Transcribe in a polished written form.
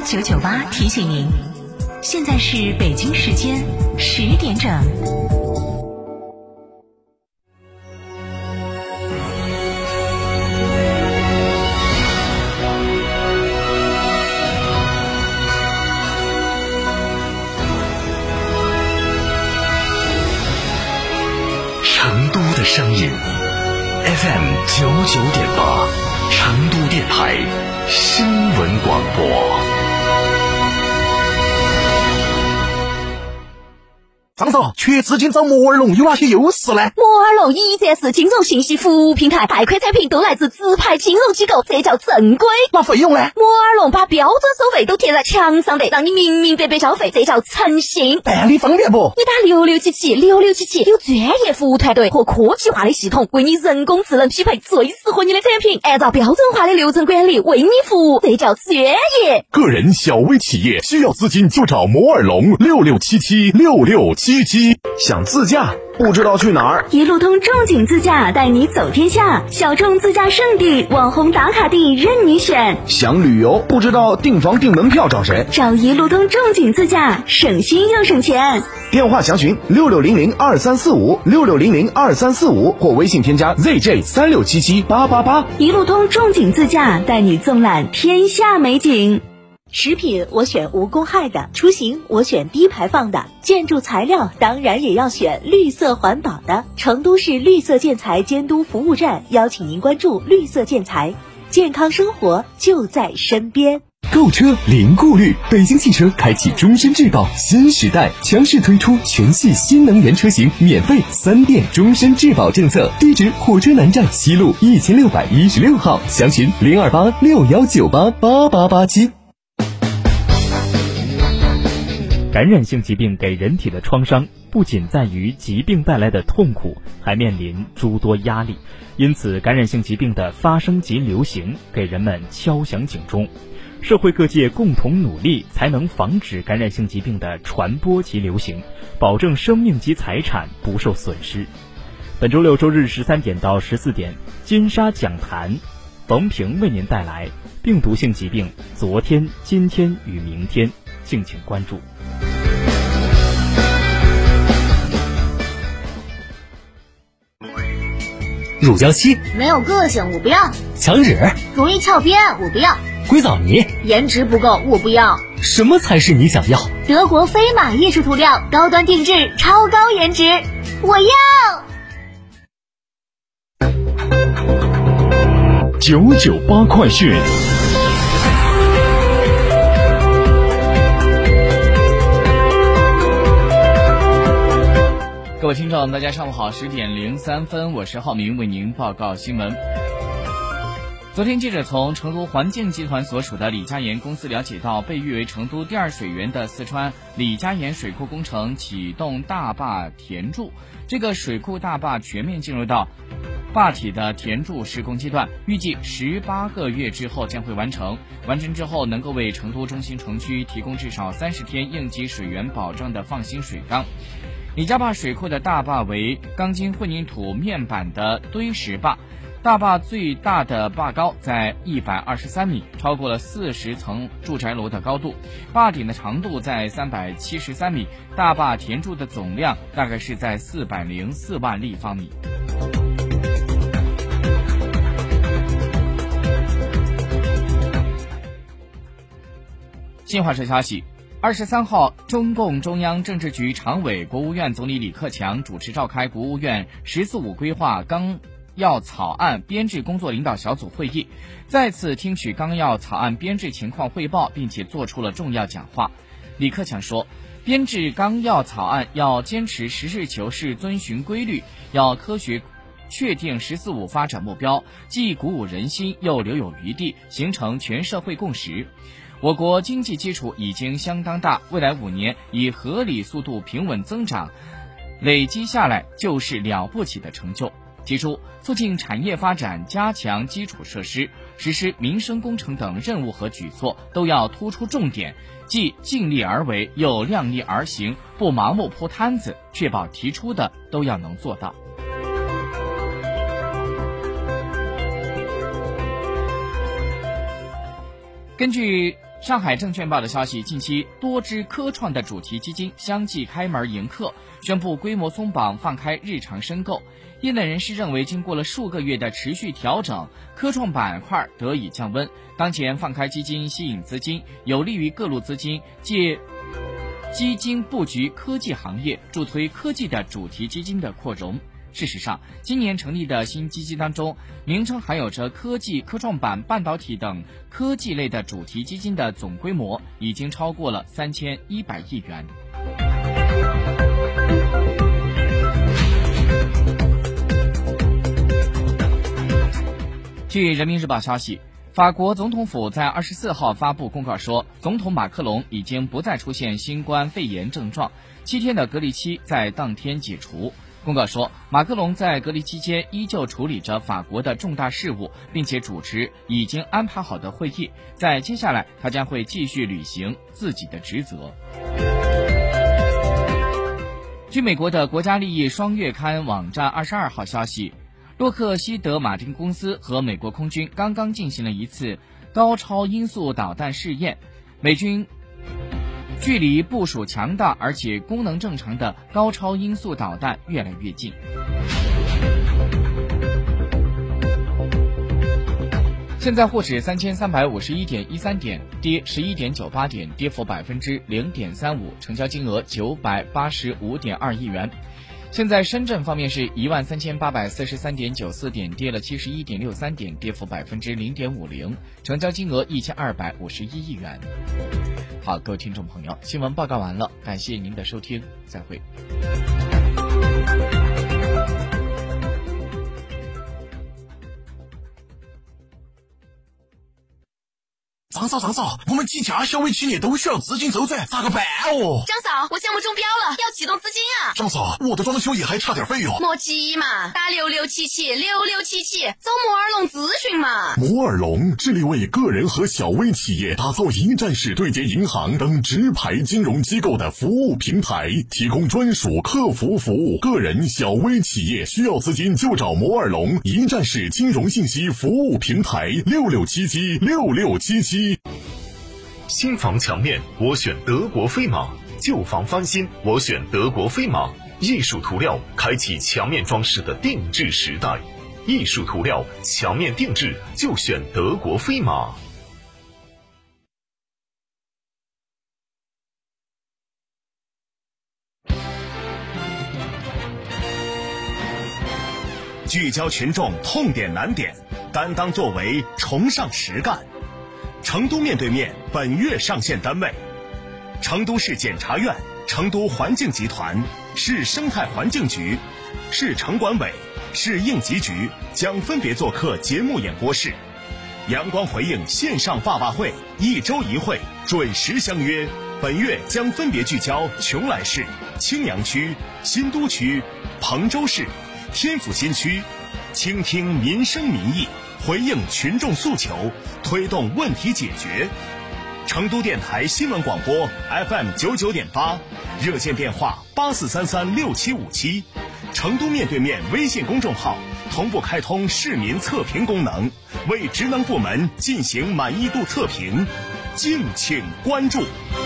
998提醒您，现在是北京时间10点整。 成都的声音 FM99.8，成都电台新闻广播。 张总，缺资金找摩尔龙有哪些优势呢？ 摩尔龙一站式金融信息服务平台，贷款产品都来自直牌金融机构，这叫正规。 那费用呢？ 摩尔龙把标准收费都贴在墙上的，让你明明白白消费，这叫诚信。 办理方便不？ 你打6677，有专业服务团队和科技化的系统，为你人工智能匹配最适合你的产品，按照标准化的流程管理为你服务，这叫专业。 个人小微企业需要资金就找摩尔龙6677。 想自驾不知道去哪儿？ 一路通众景自驾带你走天下，小众自驾胜地、网红打卡地任你选。 想旅游不知道订房订门票找谁？ 找一路通众景自驾，省心又省钱。 电话详询6600234566002345或微信添加 ZJ3677888。 一路通众景自驾带你纵览天下美景。食品我选无公害的，出行我选低排放的，建筑材料当然也要选绿色环保的。成都市绿色建材监督服务站邀请您关注绿色建材，健康生活就在身边。 购车零顾虑，北京汽车开启终身质保新时代，强势推出全系新能源车型免费3电终身质保政策。地址：火车南站西路1616号，详询02861988887。 感染性疾病给人体的创伤不仅在于疾病带来的痛苦，还面临诸多压力，因此感染性疾病的发生及流行给人们敲响警钟。社会各界共同努力，才能防止感染性疾病的传播及流行，保证生命及财产不受损失。本周六周日13点到14点，金沙讲坛，冯平为您带来病毒性疾病昨天、今天与明天，敬请关注。 乳胶漆没有个性，我不要； 墙纸容易翘边，我不要； 硅藻泥颜值不够，我不要。 什么才是你想要？ 德国飞马艺术涂料，高端定制，超高颜值，我要。 998快讯。 各位听众，大家上午好，10点03分，我是浩明，为您报告新闻。昨天，记者从成都环境集团所属的李家岩公司了解到，被誉为成都第二水源的四川李家岩水库工程启动大坝填筑。这个水库大坝全面进入到坝体的填筑施工阶段，预计18个月之后将会完成。完成之后，能够为成都中心城区提供至少30天应急水源保障的放心水缸。李家坝水库的大坝为钢筋混凝土面板的堆石坝，大坝最大的坝高在123米，超过了40层住宅楼的高度，坝顶的长度在373米，大坝填筑的总量大概是在404万立方米。新华社消息，23号，中共中央政治局常委、国务院总理李克强主持召开国务院“十四五”规划纲要草案编制工作领导小组会议，再次听取纲要草案编制情况汇报，并且作出了重要讲话。李克强说，编制纲要草案要坚持实事求是，遵循规律，要科学确定“十四五”发展目标，既鼓舞人心，又留有余地，形成全社会共识。我国经济基础已经相当大，未来5年以合理速度平稳增长，累积下来就是了不起的成就。提出促进产业发展，加强基础设施，实施民生工程等任务和举措都要突出重点，既尽力而为，又量力而行，不盲目铺摊子，确保提出的都要能做到。根据上海证券报的消息，近期多支科创的主题基金相继开门迎客，宣布规模松绑，放开日常申购。业内人士认为，经过了数个月的持续调整，科创板块得以降温。当前放开基金吸引资金，有利于各路资金借基金布局科技行业，助推科技的主题基金的扩容。事实上，今年成立的新基金当中，名称含有着科技、科创板、半导体等科技类的主题基金的总规模已经超过了3100亿元。据人民日报消息，法国总统府在24号发布公告说，总统马克龙已经不再出现新冠肺炎症状，7天的隔离期在当天解除。公告说，马克龙在隔离期间依旧处理着法国的重大事务，并且主持已经安排好的会议。在接下来，他将会继续履行自己的职责。据美国的国家利益双月刊网站22号消息，洛克希德马丁公司和美国空军刚刚进行了一次高超音速导弹试验，美军距离部署强大而且功能正常的高超音速导弹越来越近。现在沪指3351.13点，跌11.98点，跌幅0.35%，成交金额985.2亿元。现在深圳方面是13843.94点，跌了71.63点，跌幅0.50%，成交金额1251亿元。好，各位听众朋友，新闻报告完了，感谢您的收听，再会。 张嫂，我们几家小微企业都需要资金周转，咋个办哦？ 张嫂，我项目中标了，要启动资金啊！ 张嫂，我的装修也还差点费用。 莫急嘛，打6677，找摩尔龙咨询嘛。 摩尔龙致力为个人和小微企业打造一站式对接银行等直排金融机构的服务平台，提供专属客服服务。个人、小微企业需要资金就找摩尔龙一站式金融信息服务平台，6677。 新房墙面我选德国飞马，旧房翻新我选德国飞马。艺术涂料开启墙面装饰的定制时代，艺术涂料墙面定制就选德国飞马。 聚焦群众痛点难点，担当作为，崇尚实干。成都面对面本月上线单位，成都市检察院、成都环境集团、市生态环境局、市城管委、市应急局将分别做客节目演播室。阳光回应线上爸爸会1周1会，准时相约。本月将分别聚焦邛崃市、青羊区、新都区、彭州市、天府新区，倾听民生民意，回应群众诉求，推动问题解决。成都电台新闻广播 FM 99.8，热线电话84336757，成都面对面微信公众号同步开通市民测评功能，为职能部门进行满意度测评，敬请关注。